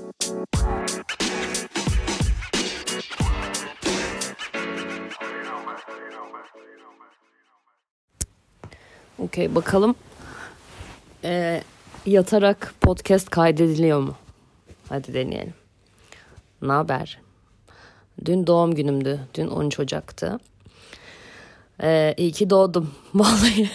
Okey, bakalım yatarak podcast kaydediliyor mu? Hadi deneyelim. Ne haber? Dün doğum günümdü. Dün 13 Ocak'tı. İyi ki doğdum. Vallahi.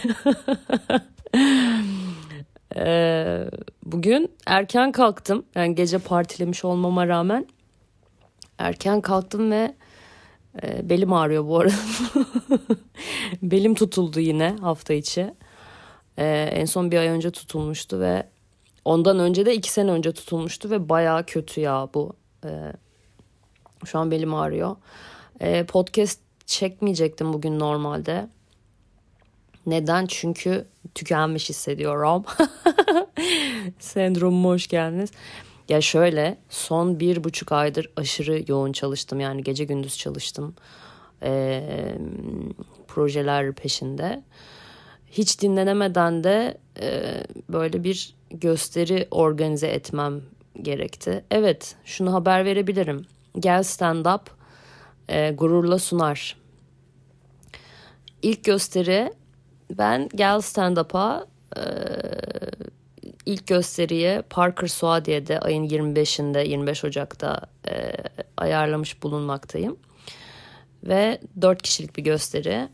Bugün erken kalktım. Yani gece partilemiş olmama rağmen erken kalktım ve belim ağrıyor bu arada. Belim tutuldu yine hafta içi. En son bir ay önce tutulmuştu ve ondan önce de 2 sene önce tutulmuştu ve bayağı kötü ya bu. Şu an belim ağrıyor. Podcast çekmeyecektim bugün normalde. Neden? Çünkü tükenmiş hissediyorum. Sendromuma hoş geldiniz. Ya şöyle, son 1,5 aydır aşırı yoğun çalıştım. Yani gece gündüz çalıştım. Projeler peşinde. Hiç dinlenemeden de böyle bir gösteri organize etmem gerekti. Evet, şunu haber verebilirim. Gel Stand Up gururla sunar. İlk gösteri, ben Gel Stand Up'a ilk gösteriye Parker Suadiye'de ayın 25'inde 25 Ocak'ta ayarlamış bulunmaktayım. Ve 4 kişilik bir gösteri.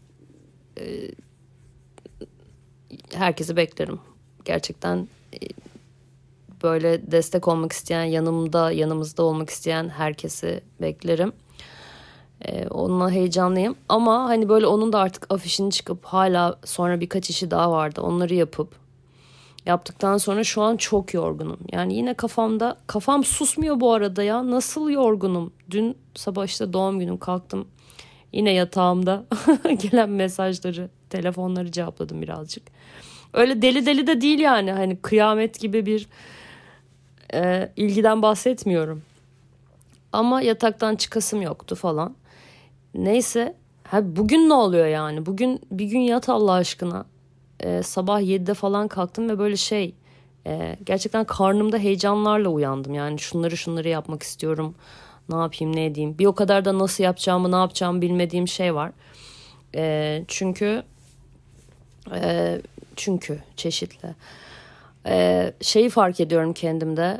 Herkesi beklerim. Gerçekten böyle destek olmak isteyen, yanımızda olmak isteyen herkesi beklerim. Onunla heyecanlıyım. Ama hani böyle onun da artık afişini çıkıp hala sonra birkaç işi daha vardı. Onları yaptıktan sonra şu an çok yorgunum. Yani yine kafam susmuyor bu arada ya. Nasıl yorgunum? Dün sabah işte doğum günüm, kalktım. Yine yatağımda gelen mesajları, telefonları cevapladım birazcık. Öyle deli deli de değil yani. Hani kıyamet gibi bir ilgiden bahsetmiyorum. Ama yataktan çıkasım yoktu falan. Neyse. Bugün ne oluyor yani? Bugün bir gün yat Allah aşkına. Sabah 7'de falan kalktım ve böyle gerçekten karnımda heyecanlarla uyandım. Yani şunları yapmak istiyorum. Ne yapayım, ne edeyim. Bir o kadar da nasıl yapacağımı, ne yapacağımı bilmediğim şey var. Çünkü çeşitli. Şeyi fark ediyorum kendimde.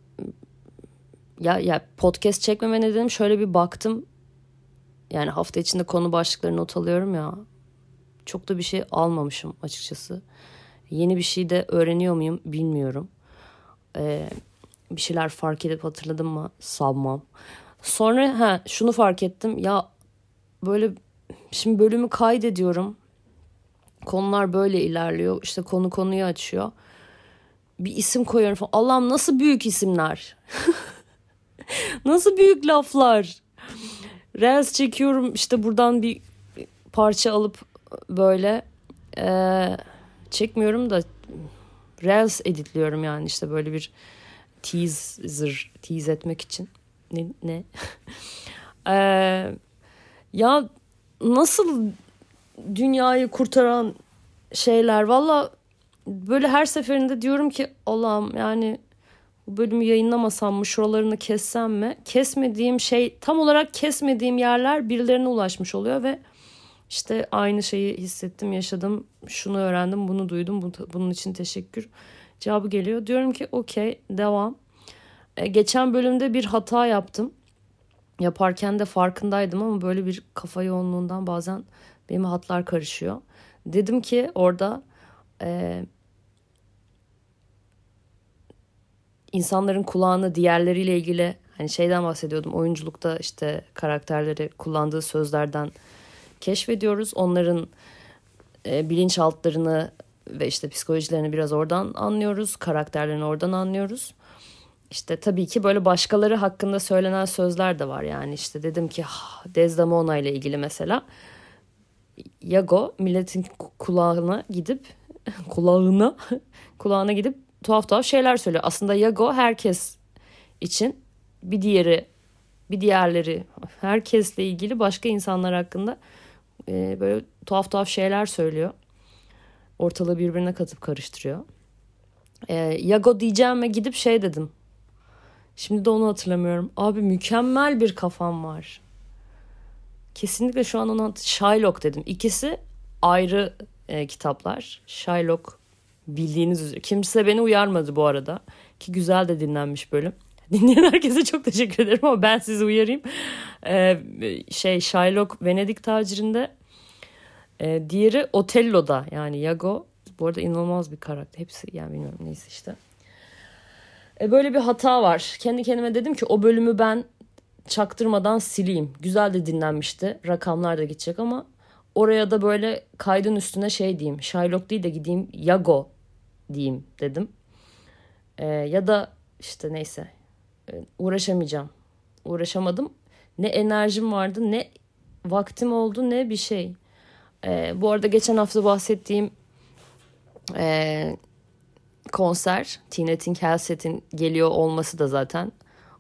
Ya podcast çekmeme nedenim, şöyle bir baktım. Yani hafta içinde konu başlıklarını not alıyorum ya. Çok da bir şey almamışım açıkçası. Yeni bir şey de öğreniyor muyum bilmiyorum. Bir şeyler fark edip hatırladım mı sanmam. Sonra şunu fark ettim. Ya böyle şimdi bölümü kaydediyorum. Konular böyle ilerliyor. İşte konu konuyu açıyor. Bir isim koyuyorum falan. Allah'ım, nasıl büyük isimler. Nasıl büyük laflar. Reels çekiyorum. İşte buradan bir parça alıp böyle çekmiyorum da Reels editliyorum yani, işte böyle bir tease etmek için. Ne? Ya nasıl dünyayı kurtaran şeyler. Valla böyle her seferinde diyorum ki Allah'ım, yani bu bölümü yayınlamasam mı, şuralarını kessem mi? Tam olarak kesmediğim yerler birilerine ulaşmış oluyor ve işte aynı şeyi hissettim, yaşadım, şunu öğrendim, bunu duydum, bunun için teşekkür cevabı geliyor. Diyorum ki okey, devam. Geçen bölümde bir hata yaptım. Yaparken de farkındaydım ama böyle bir kafa yoğunluğundan bazen benim hatlar karışıyor. Dedim ki orada insanların kulağını diğerleriyle ilgili, hani şeyden bahsediyordum. Oyunculukta işte karakterleri kullandığı sözlerden keşfediyoruz. Onların bilinçaltlarını ve işte psikolojilerini biraz oradan anlıyoruz. Karakterlerini oradan anlıyoruz. İşte tabii ki böyle başkaları hakkında söylenen sözler de var. Yani işte dedim ki Desdemona ile ilgili mesela Iago milletin kulağına gidip tuhaf şeyler söylüyor. Aslında Iago herkes için, bir diğerleri herkesle ilgili başka insanlar hakkında böyle tuhaf şeyler söylüyor. Ortalığı birbirine katıp karıştırıyor. Iago diyeceğime gidip dedim. Şimdi de onu hatırlamıyorum. Abi mükemmel bir kafam var. Kesinlikle şu an ona Shylock dedim. İkisi ayrı kitaplar. Shylock bildiğiniz üzere. Kimse beni uyarmadı bu arada. Ki güzel de dinlenmiş bölüm. Dinleyen herkese çok teşekkür ederim ama ben sizi uyarayım. Shylock Venedik tacirinde. Diğeri Otello'da, yani Iago. Bu arada inanılmaz bir karakter. Hepsi yani bilmiyorum, neyse işte. Böyle bir hata var. Kendi kendime dedim ki o bölümü ben çaktırmadan sileyim. Güzel de dinlenmişti. Rakamlar da gidecek ama oraya da böyle kaydın üstüne şey diyeyim. Shylock değil de gideyim Iago diyeyim dedim. Ya da işte neyse. Uğraşamayacağım. Uğraşamadım. Ne enerjim vardı, ne vaktim oldu, ne bir şey. Bu arada geçen hafta bahsettiğim konser, Tina Halsey'in geliyor olması da zaten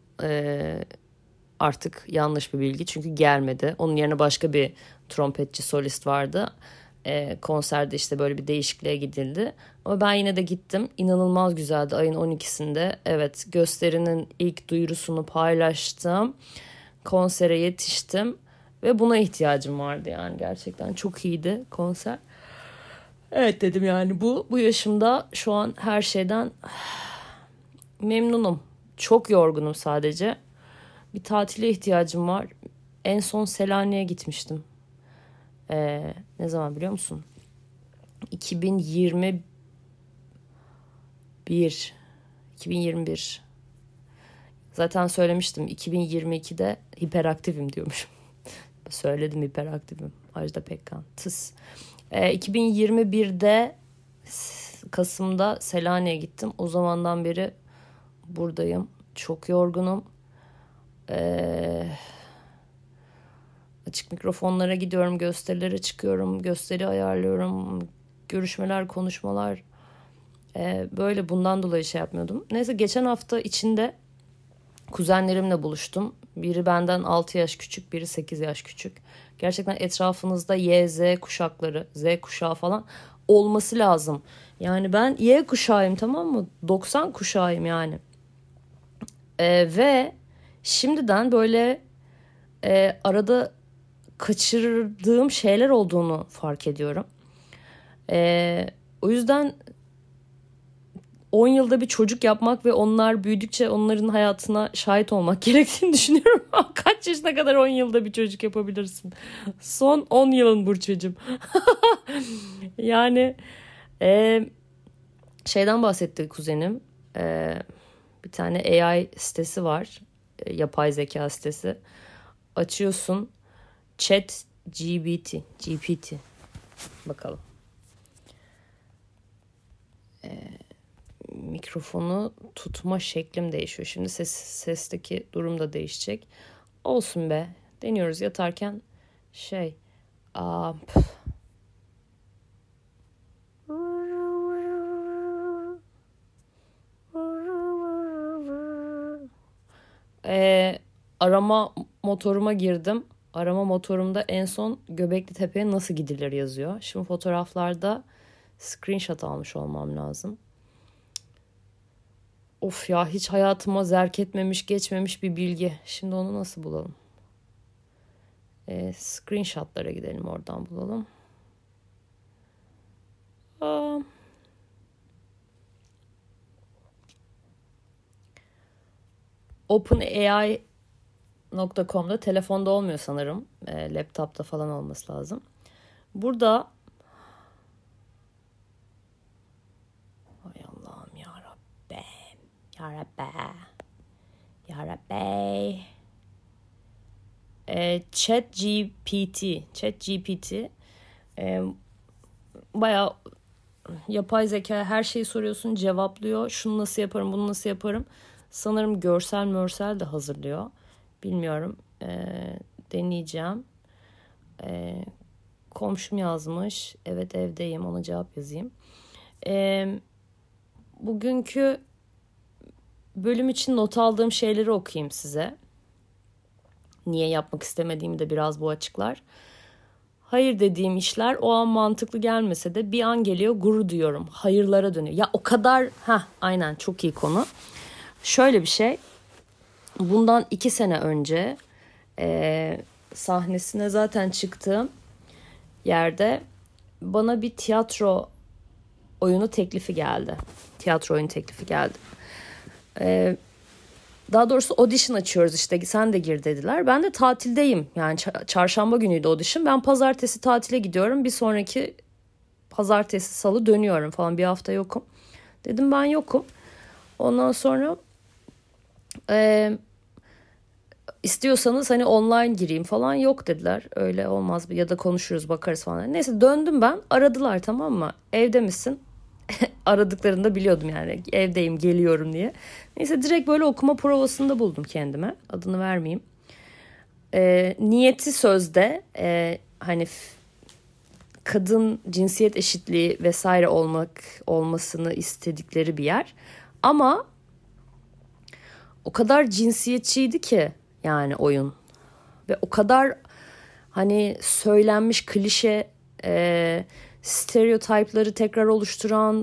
artık yanlış bir bilgi. Çünkü gelmedi. Onun yerine başka bir trompetçi solist vardı. Konserde işte böyle bir değişikliğe gidildi. Ama ben yine de gittim. İnanılmaz güzeldi ayın 12'sinde. Evet, gösterinin ilk duyurusunu paylaştım. Konsere yetiştim. Ve buna ihtiyacım vardı yani, gerçekten çok iyiydi konser. Evet dedim yani bu yaşımda şu an her şeyden memnunum. Çok yorgunum sadece. Bir tatile ihtiyacım var. En son Selanik'e gitmiştim. Ne zaman biliyor musun? 2021. Zaten söylemiştim. 2022'de hiperaktifim diyormuşum. Söyledim, hiperaktifim. Ajda Pekkan. Tıs. 2021'de Kasım'da Selanik'e gittim. O zamandan beri buradayım. Çok yorgunum. Açık mikrofonlara gidiyorum. Gösterilere çıkıyorum. Gösteri ayarlıyorum. Görüşmeler, konuşmalar. Böyle bundan dolayı şey yapmıyordum. Neyse geçen hafta içinde kuzenlerimle buluştum. Biri benden 6 yaş küçük, biri 8 yaş küçük. Gerçekten etrafınızda Y, Z kuşakları, Z kuşağı falan olması lazım. Yani ben Y kuşağıyım, tamam mı? 90 kuşağıyım yani. Ve şimdiden böyle arada kaçırdığım şeyler olduğunu fark ediyorum. O yüzden 10 yılda bir çocuk yapmak ve onlar büyüdükçe onların hayatına şahit olmak gerektiğini düşünüyorum. Kaç yaşına kadar 10 yılda bir çocuk yapabilirsin? Son 10 yılın Burçacığım. Yani şeyden bahsetti kuzenim. Bir tane AI sitesi var. Yapay zeka sitesi. Açıyorsun. Chat GPT. Bakalım. Mikrofonu tutma şeklim değişiyor. Şimdi sesteki durum da değişecek. Olsun be. Deniyoruz yatarken şey. Arama motoruma girdim. Arama motorumda en son Göbekli Tepe'ye nasıl gidilir yazıyor. Şimdi fotoğraflarda screenshot almış olmam lazım. Of ya, hiç hayatıma zerk etmemiş, geçmemiş bir bilgi. Şimdi onu nasıl bulalım? Screenshotlara gidelim, oradan bulalım. OpenAI.com'da, telefonda olmuyor sanırım. Laptopta falan olması lazım. Burada ay Allah'ım yarabbim ChatGPT bayağı yapay zeka, her şeyi soruyorsun cevaplıyor. Şunu nasıl yaparım, bunu nasıl yaparım. Sanırım görsel de hazırlıyor. Bilmiyorum. Deneyeceğim. Komşum yazmış. Evet, evdeyim. Ona cevap yazayım. Bugünkü bölüm için not aldığım şeyleri okuyayım size. Niye yapmak istemediğimi de biraz bu açıklar. Hayır dediğim işler o an mantıklı gelmese de bir an geliyor, gurur duyuyorum. Hayırlara dönüyor. Ya o kadar aynen, çok iyi konu. Şöyle bir şey. bundan 2 sene önce sahnesine zaten çıktığım yerde bana bir tiyatro oyunu teklifi geldi. Tiyatro oyunu teklifi geldi. Daha doğrusu audition açıyoruz işte, sen de gir dediler. Ben de tatildeyim, yani çarşamba günüydü audition. Ben pazartesi tatile gidiyorum, bir sonraki pazartesi salı dönüyorum falan, bir hafta yokum. Dedim ben yokum. Ondan sonra istiyorsanız hani online gireyim falan, yok dediler. Öyle olmaz ya da konuşuruz bakarız falan. Neyse döndüm ben, aradılar, tamam mı? Evde misin? Aradıklarında biliyordum yani, evdeyim geliyorum diye. Neyse direkt böyle okuma provasında buldum kendime. Adını vermeyeyim. Niyeti sözde hani kadın cinsiyet eşitliği vesaire olmasını istedikleri bir yer. Ama o kadar cinsiyetçiydi ki yani oyun. Ve o kadar hani söylenmiş klişe, stereotipleri tekrar oluşturan,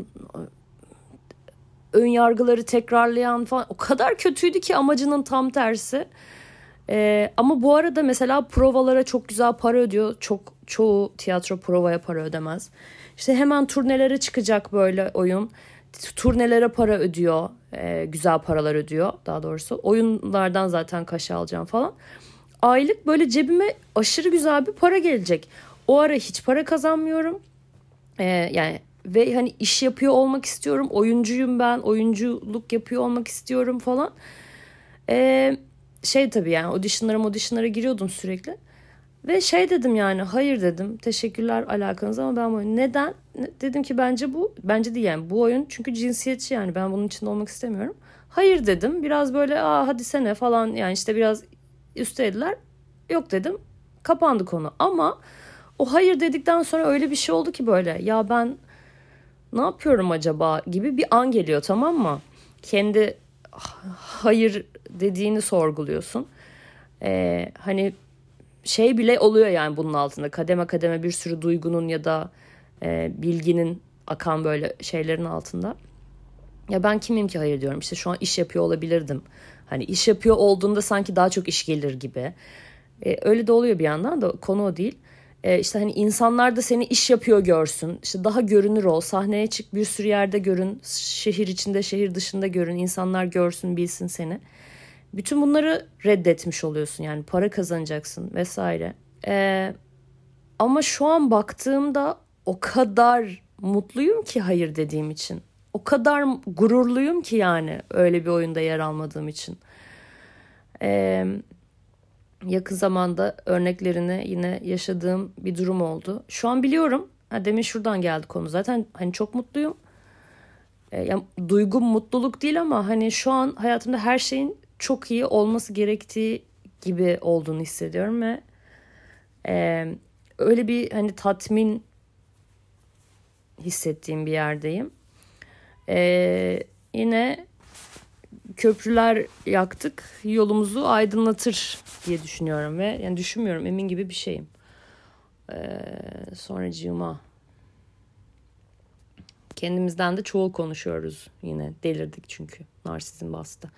ön yargıları tekrarlayan falan, o kadar kötüydü ki amacının tam tersi. Ama bu arada mesela provalara çok güzel para ödüyor. Çoğu tiyatro provaya para ödemez. İşte hemen turnelere çıkacak böyle oyun. Turnelere para ödüyor. Güzel paralar ödüyor daha doğrusu. Oyunlardan zaten kaşe alacağım falan. Aylık böyle cebime aşırı güzel bir para gelecek. O ara hiç para kazanmıyorum. Yani ve hani iş yapıyor olmak istiyorum. Oyuncuyum ben. Oyunculuk yapıyor olmak istiyorum falan. Tabii yani auditionlara giriyordum sürekli. Ve dedim yani, hayır dedim. Teşekkürler alakanız ama ben bu neden? Dedim ki bence değil yani, bu oyun çünkü cinsiyetçi, yani ben bunun içinde olmak istemiyorum. Hayır dedim. Biraz böyle hadi sene falan, yani işte biraz üstelediler. Yok dedim. Kapandı konu. Ama o hayır dedikten sonra öyle bir şey oldu ki böyle, ya ben ne yapıyorum acaba gibi bir an geliyor, tamam mı? Kendi hayır dediğini sorguluyorsun. Hani bile oluyor yani bunun altında, kademe kademe bir sürü duygunun ya da bilginin akan böyle şeylerin altında. Ya ben kimim ki hayır diyorum, işte şu an iş yapıyor olabilirdim. Hani iş yapıyor olduğunda sanki daha çok iş gelir gibi. Öyle de oluyor bir yandan da, konu o değil. İşte hani insanlar da seni iş yapıyor görsün. İşte daha görünür ol, sahneye çık, bir sürü yerde görün. Şehir içinde, şehir dışında görün. İnsanlar görsün, bilsin seni. Bütün bunları reddetmiş oluyorsun, yani para kazanacaksın vesaire. Ama şu an baktığımda o kadar mutluyum ki hayır dediğim için. O kadar gururluyum ki yani öyle bir oyunda yer almadığım için. Yakın zamanda örneklerini yine yaşadığım bir durum oldu. Şu an biliyorum. Demin şuradan geldi konu. Zaten hani çok mutluyum. Yani duygum mutluluk değil ama hani şu an hayatımda her şeyin çok iyi olması gerektiği gibi olduğunu hissediyorum ve öyle bir hani tatmin hissettiğim bir yerdeyim. Yine köprüler yaktık, yolumuzu aydınlatır diye düşünüyorum ve yani düşünmüyorum, emin gibi bir şeyim. Sonracığıma kendimizden de çoğu konuşuyoruz yine, delirdik çünkü narsizm bastı.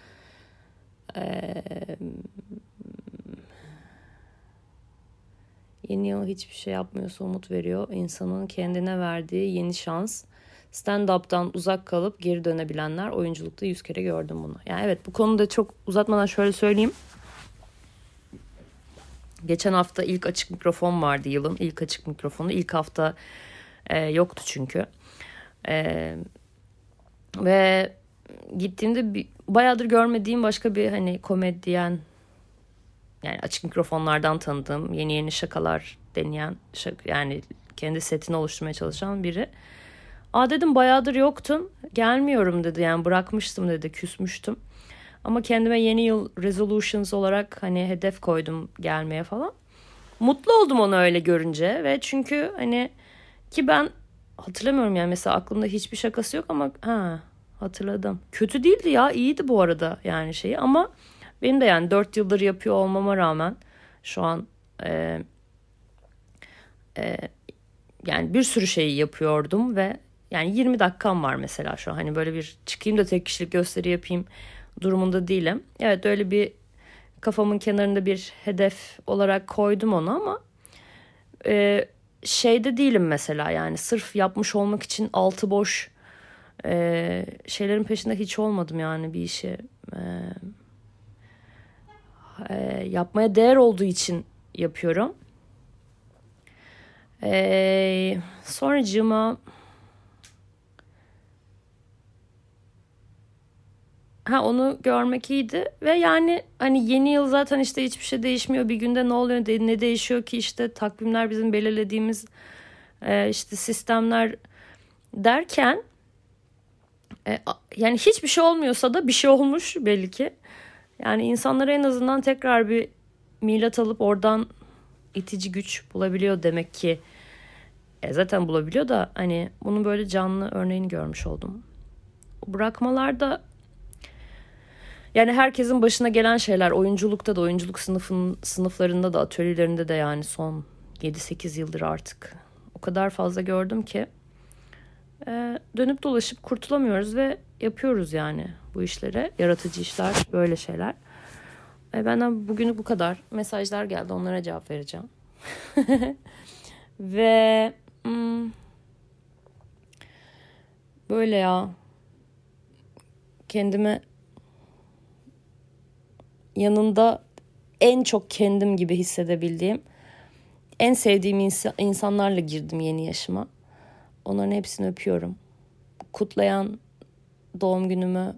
Yeni yıl hiçbir şey yapmıyorsa umut veriyor. İnsanın kendine verdiği yeni şans. Stand-up'tan uzak kalıp geri dönebilenler, oyunculukta 100 kere gördüm bunu. Yani evet, bu konuda çok uzatmadan şöyle söyleyeyim. Geçen hafta ilk açık mikrofon vardı, yılın ilk açık mikrofonu. İlk hafta yoktu çünkü. Ve gittiğimde bayağıdır görmediğim başka bir hani komedyen, yani açık mikrofonlardan tanıdığım, yeni şakalar deneyen, yani kendi setini oluşturmaya çalışan biri. Dedim bayağıdır yoktun, gelmiyorum dedi, yani bırakmıştım dedi, küsmüştüm. Ama kendime yeni yıl resolutions olarak hani hedef koydum gelmeye falan. Mutlu oldum onu öyle görünce ve çünkü hani ki ben hatırlamıyorum yani, mesela aklımda hiçbir şakası yok ama hatırladım. Kötü değildi ya, iyiydi bu arada yani ama benim de yani 4 yıldır yapıyor olmama rağmen şu an yani bir sürü şeyi yapıyordum ve yani 20 dakikam var mesela şu an. Hani böyle bir çıkayım da tek kişilik gösteri yapayım durumunda değilim. Evet, öyle bir kafamın kenarında bir hedef olarak koydum onu ama şeyde değilim mesela, yani sırf yapmış olmak için altı boş şeylerin peşinde hiç olmadım yani. Bir işi yapmaya değer olduğu için yapıyorum. Sonracığıma onu görmek iyiydi ve yani hani yeni yıl zaten işte hiçbir şey değişmiyor. Bir günde ne oluyor, ne değişiyor ki, işte takvimler, bizim belirlediğimiz işte sistemler derken yani hiçbir şey olmuyorsa da bir şey olmuş belli ki. Yani insanlara en azından tekrar bir milat alıp oradan itici güç bulabiliyor demek ki. Zaten bulabiliyor da hani bunun böyle canlı örneğini görmüş oldum. Bırakmalarda yani herkesin başına gelen şeyler, oyunculukta da, oyunculuk sınıflarında da, atölyelerinde de, yani son 7-8 yıldır artık o kadar fazla gördüm ki dönüp dolaşıp kurtulamıyoruz ve yapıyoruz yani bu işlere. Yaratıcı işler, böyle şeyler. Benden bugünlük bu kadar. Mesajlar geldi, onlara cevap vereceğim. Ve böyle ya, kendime yanında en çok kendim gibi hissedebildiğim, en sevdiğim insanlarla girdim yeni yaşıma. Onların hepsini öpüyorum. Kutlayan doğum günümü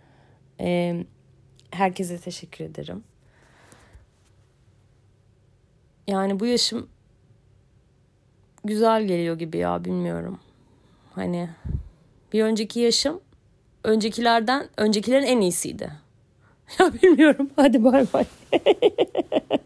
herkese teşekkür ederim. Yani bu yaşım güzel geliyor gibi ya, bilmiyorum. Hani bir önceki yaşım öncekilerin en iyisiydi. Ya bilmiyorum. Hadi bay bay.